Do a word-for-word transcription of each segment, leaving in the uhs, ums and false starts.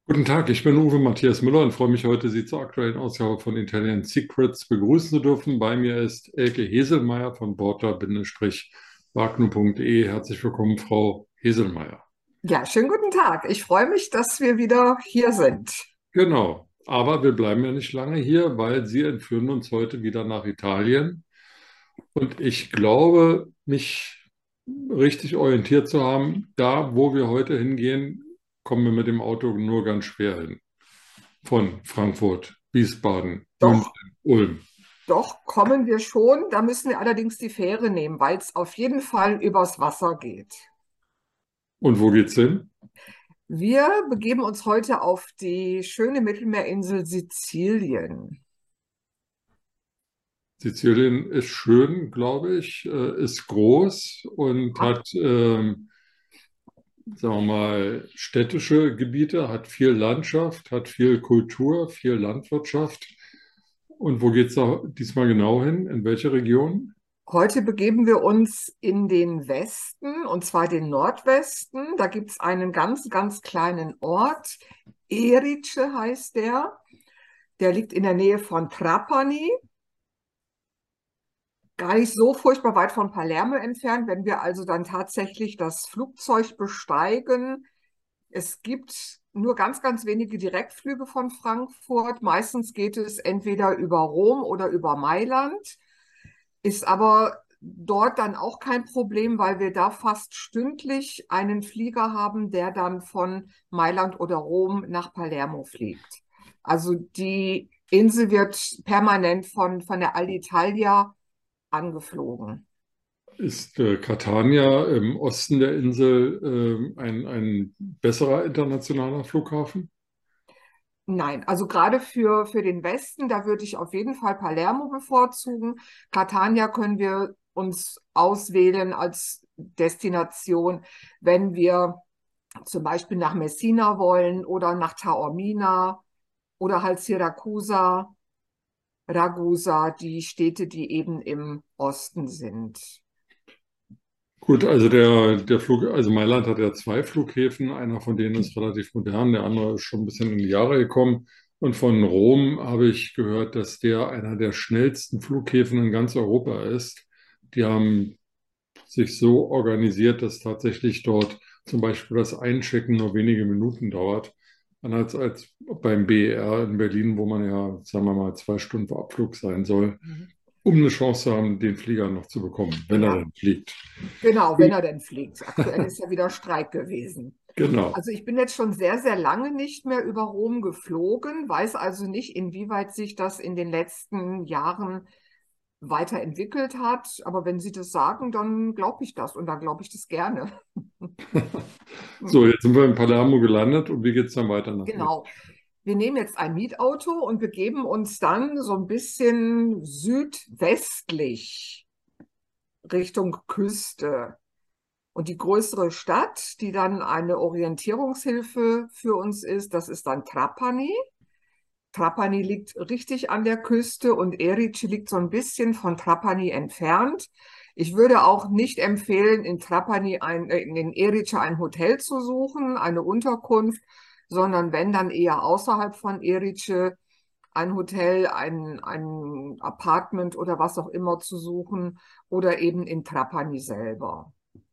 Guten Tag, ich bin Uwe Matthias Müller und freue mich heute, Sie zur aktuellen Ausgabe von Italian Secrets begrüßen zu dürfen. Bei mir ist Elke Heselmeier von porta-wagner punkt de. Herzlich willkommen, Frau Heselmeier. Ja, schönen guten Tag. Ich freue mich, dass wir wieder hier sind. Genau, aber wir bleiben ja nicht lange hier, weil Sie entführen uns heute wieder nach Italien. Und ich glaube, mich richtig orientiert zu haben, da, wo wir heute hingehen, kommen wir mit dem Auto nur ganz schwer hin. Von Frankfurt, Wiesbaden, Doch, München, Ulm. doch kommen wir schon. Da müssen wir allerdings die Fähre nehmen, weil es auf jeden Fall übers Wasser geht. Und wo geht's hin? Wir begeben uns heute auf die schöne Mittelmeerinsel Sizilien. Sizilien ist schön, glaube ich, äh, ist groß und Ja, hat, ähm, sagen wir mal, städtische Gebiete, hat viel Landschaft, hat viel Kultur, viel Landwirtschaft. Und wo geht's da diesmal genau hin? In welche Region? heute begeben wir uns in den Westen, und zwar den Nordwesten. Da gibt es einen ganz, ganz kleinen Ort. Erice heißt der. Der liegt in der Nähe von Trapani. Gar nicht so furchtbar weit von Palermo entfernt, wenn wir also dann tatsächlich das Flugzeug besteigen. Es gibt nur ganz, ganz wenige Direktflüge von Frankfurt. Meistens geht es entweder über Rom oder über Mailand, ist aber dort dann auch kein Problem, weil wir da fast stündlich einen Flieger haben, der dann von Mailand oder Rom nach Palermo fliegt. Also die Insel wird permanent von, von der Alitalia angeflogen. Ist äh, Catania im Osten der Insel ähm, ein, ein besserer internationaler Flughafen? Nein, also gerade für, für den Westen, da würde ich auf jeden Fall Palermo bevorzugen. Catania können wir uns auswählen als Destination, wenn wir zum Beispiel nach Messina wollen oder nach Taormina oder halt Siracusa, Ragusa, die Städte, die eben im Osten sind. Gut, also der, der Flug, also Mailand hat ja zwei Flughäfen, einer von denen ist relativ modern, der andere ist schon ein bisschen in die Jahre gekommen. Und von Rom habe ich gehört, dass der einer der schnellsten Flughäfen in ganz Europa ist. Die haben sich so organisiert, dass tatsächlich dort zum Beispiel das Einchecken nur wenige Minuten dauert. Anders als beim B E R in Berlin, wo man ja, sagen wir mal, zwei Stunden vor Abflug sein soll, Mhm. um eine Chance zu haben, den Flieger noch zu bekommen, wenn er Ja, dann fliegt. genau, wenn er denn fliegt. Aktuell ist ja wieder Streik gewesen. Genau. Also ich bin jetzt schon sehr, sehr lange nicht mehr über Rom geflogen, weiß also nicht, inwieweit sich das in den letzten Jahren weiterentwickelt hat. Aber wenn Sie das sagen, dann glaube ich das und dann glaube ich das gerne. So, jetzt sind wir in Palermo gelandet und wie geht es dann weiter nach Rom? Genau. Wir nehmen jetzt ein Mietauto und begeben uns dann so ein bisschen südwestlich Richtung Küste. Und die größere Stadt, die dann eine Orientierungshilfe für uns ist, das ist dann Trapani. Trapani liegt richtig an der Küste und Erice liegt so ein bisschen von Trapani entfernt. Ich würde auch nicht empfehlen, in Trapani ein, äh, in Erice ein Hotel zu suchen, eine Unterkunft, sondern wenn dann eher außerhalb von Erice ein Hotel, ein, ein Apartment oder was auch immer zu suchen oder eben in Trapani selber.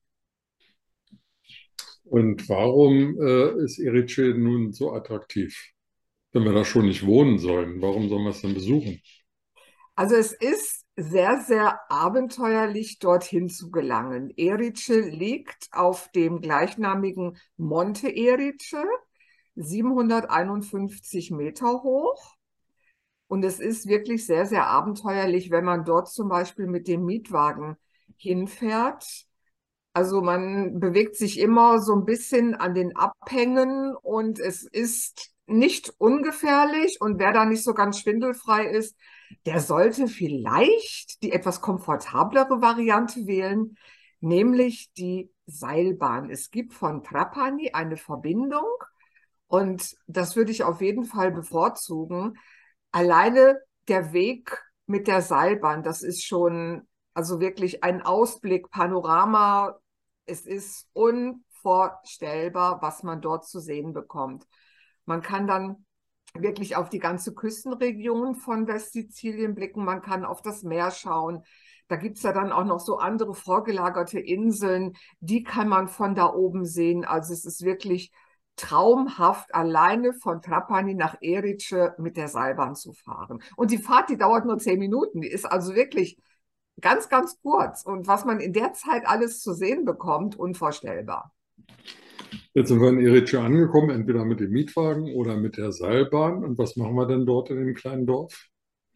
Und warum äh, ist Erice nun so attraktiv? Wenn wir da schon nicht wohnen sollen, warum sollen wir es denn besuchen? Also es ist sehr, sehr abenteuerlich, dorthin zu gelangen. Erice liegt auf dem gleichnamigen Monte Erice, siebenhunderteinundfünfzig Meter hoch. Und es ist wirklich sehr, sehr abenteuerlich, wenn man dort zum Beispiel mit dem Mietwagen hinfährt. Also man bewegt sich immer so ein bisschen an den Abhängen und es ist nicht ungefährlich. Und wer da nicht so ganz schwindelfrei ist, der sollte vielleicht die etwas komfortablere Variante wählen, nämlich die Seilbahn. Es gibt von Trapani eine Verbindung und das würde ich auf jeden Fall bevorzugen. Alleine der Weg mit der Seilbahn, das ist schon also wirklich ein Ausblick, Panorama. Es ist unvorstellbar, was man dort zu sehen bekommt. Man kann dann wirklich auf die ganze Küstenregion von Westsizilien blicken. Man kann auf das Meer schauen. Da gibt es ja dann auch noch so andere vorgelagerte Inseln, die kann man von da oben sehen. Also es ist wirklich traumhaft, alleine von Trapani nach Erice mit der Seilbahn zu fahren. Und die Fahrt, die dauert nur zehn Minuten. Die ist also wirklich ganz, ganz kurz. Und was man in der Zeit alles zu sehen bekommt, unvorstellbar. Jetzt sind wir in Erice angekommen, entweder mit dem Mietwagen oder mit der Seilbahn. Und was machen wir denn dort in dem kleinen Dorf?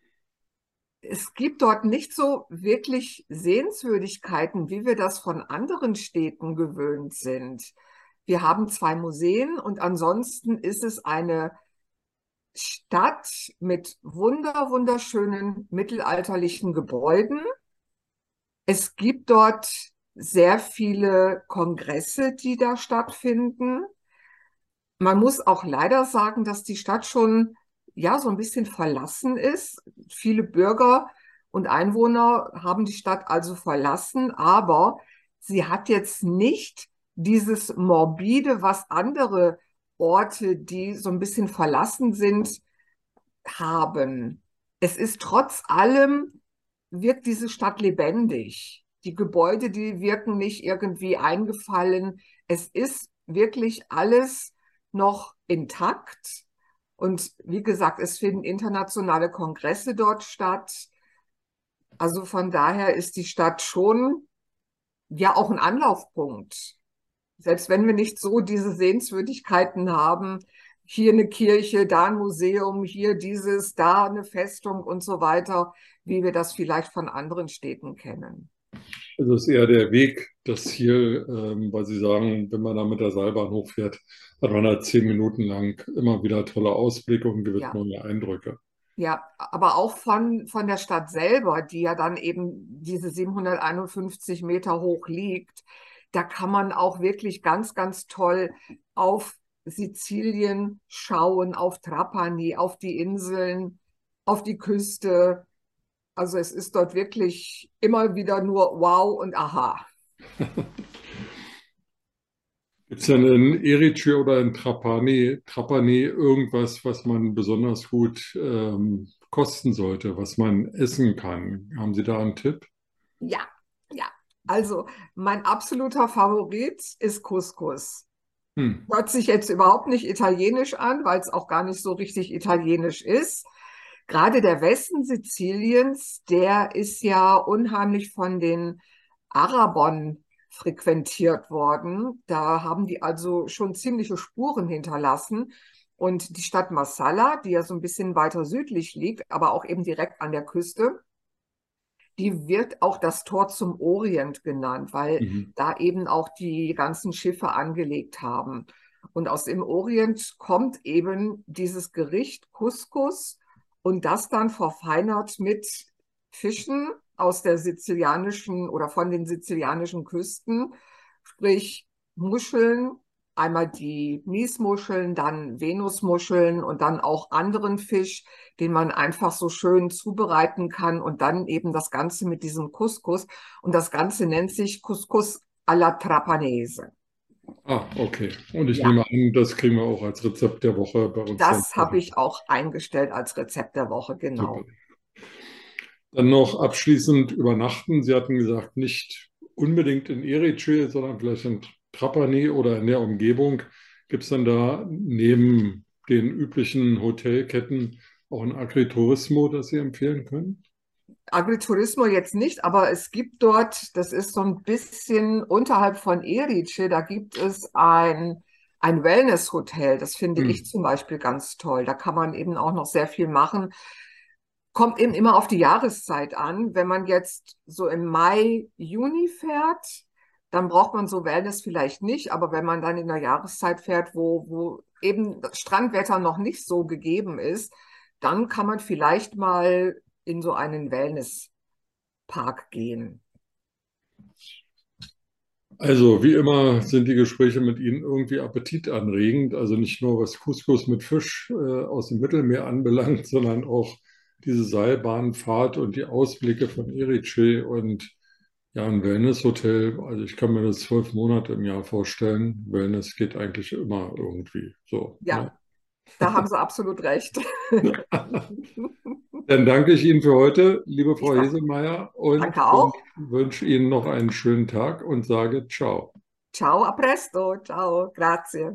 Es gibt dort nicht so wirklich Sehenswürdigkeiten, wie wir das von anderen Städten gewöhnt sind. Wir haben zwei Museen und ansonsten ist es eine Stadt mit wunder, wunderschönen mittelalterlichen Gebäuden. Es gibt dort sehr viele Kongresse, die da stattfinden. Man muss auch leider sagen, dass die Stadt schon ja so ein bisschen verlassen ist. Viele Bürger und Einwohner haben die Stadt also verlassen, aber sie hat jetzt nicht dieses Morbide, was andere Orte, die so ein bisschen verlassen sind, haben. Es ist trotz allem, wirkt diese Stadt lebendig. Die Gebäude, die wirken nicht irgendwie eingefallen. Es ist wirklich alles noch intakt. Und wie gesagt, es finden internationale Kongresse dort statt. Also von daher ist die Stadt schon ja auch ein Anlaufpunkt. Selbst wenn wir nicht so diese Sehenswürdigkeiten haben, hier eine Kirche, da ein Museum, hier dieses, da eine Festung und so weiter, wie wir das vielleicht von anderen Städten kennen. Also es ist eher der Weg, das Ziel, ähm, weil Sie sagen, wenn man da mit der Seilbahn hochfährt, hat man da zehn Minuten lang immer wieder tolle Ausblicke und gewinnt Ja, neue Eindrücke. ja, aber auch von, von der Stadt selber, die ja dann eben diese siebenhunderteinundfünfzig Meter hoch liegt, da kann man auch wirklich ganz, ganz toll auf Sizilien schauen, auf Trapani, auf die Inseln, auf die Küste. Also es ist dort wirklich immer wieder nur wow und aha. Gibt es denn in Erice oder in Trapani, Trapani irgendwas, was man besonders gut ähm, kosten sollte, was man essen kann? Haben Sie da einen Tipp? Ja, ja. Also mein absoluter Favorit ist Couscous. Hm. Hört sich jetzt überhaupt nicht italienisch an, weil es auch gar nicht so richtig italienisch ist. Gerade der Westen Siziliens, der ist ja unheimlich von den Arabern frequentiert worden. Da haben die also schon ziemliche Spuren hinterlassen. Und die Stadt Massala, die ja so ein bisschen weiter südlich liegt, aber auch eben direkt an der Küste, die wird auch das Tor zum Orient genannt, weil Mhm. da eben auch die ganzen Schiffe angelegt haben. Und aus dem Orient kommt eben dieses Gericht Couscous und das dann verfeinert mit Fischen aus der sizilianischen oder von den sizilianischen Küsten, sprich Muscheln, einmal die Miesmuscheln, dann Venusmuscheln und dann auch anderen Fisch, den man einfach so schön zubereiten kann und dann eben das Ganze mit diesem Couscous. Und das Ganze nennt sich Couscous alla Trapanese. Ah, okay. Und ich Ja, nehme an, das kriegen wir auch als Rezept der Woche bei uns dann. das habe ich auch eingestellt als Rezept der Woche, Super. genau. Dann noch abschließend übernachten. Sie hatten gesagt, nicht unbedingt in Erice, sondern vielleicht in Trapani oder in der Umgebung. Gibt es dann da neben den üblichen Hotelketten auch ein Agriturismo, das Sie empfehlen können? Agriturismo jetzt nicht, aber es gibt dort, das ist so ein bisschen unterhalb von Erice, da gibt es ein, ein Wellness-Hotel. Das finde Hm. ich zum Beispiel ganz toll. Da kann man eben auch noch sehr viel machen. Kommt eben immer auf die Jahreszeit an. Wenn man jetzt so im Mai, Juni fährt, dann braucht man so Wellness vielleicht nicht. Aber wenn man dann in der Jahreszeit fährt, wo, wo eben das Strandwetter noch nicht so gegeben ist, dann kann man vielleicht mal in so einen Wellnesspark gehen. Also, wie immer sind die Gespräche mit Ihnen irgendwie appetitanregend. Also nicht nur was Couscous mit Fisch äh, aus dem Mittelmeer anbelangt, sondern auch diese Seilbahnfahrt und die Ausblicke von Erice und ja, ein Wellnesshotel. Also ich kann mir das zwölf Monate im Jahr vorstellen. Wellness geht eigentlich immer irgendwie so, Ja, ne? Da haben Sie absolut recht. Dann danke ich Ihnen für heute, liebe Ich Frau sag, Heselmeier, und danke auch. wün- wünsche Ihnen noch einen schönen Tag und sage ciao. Ciao, a presto. Ciao, grazie.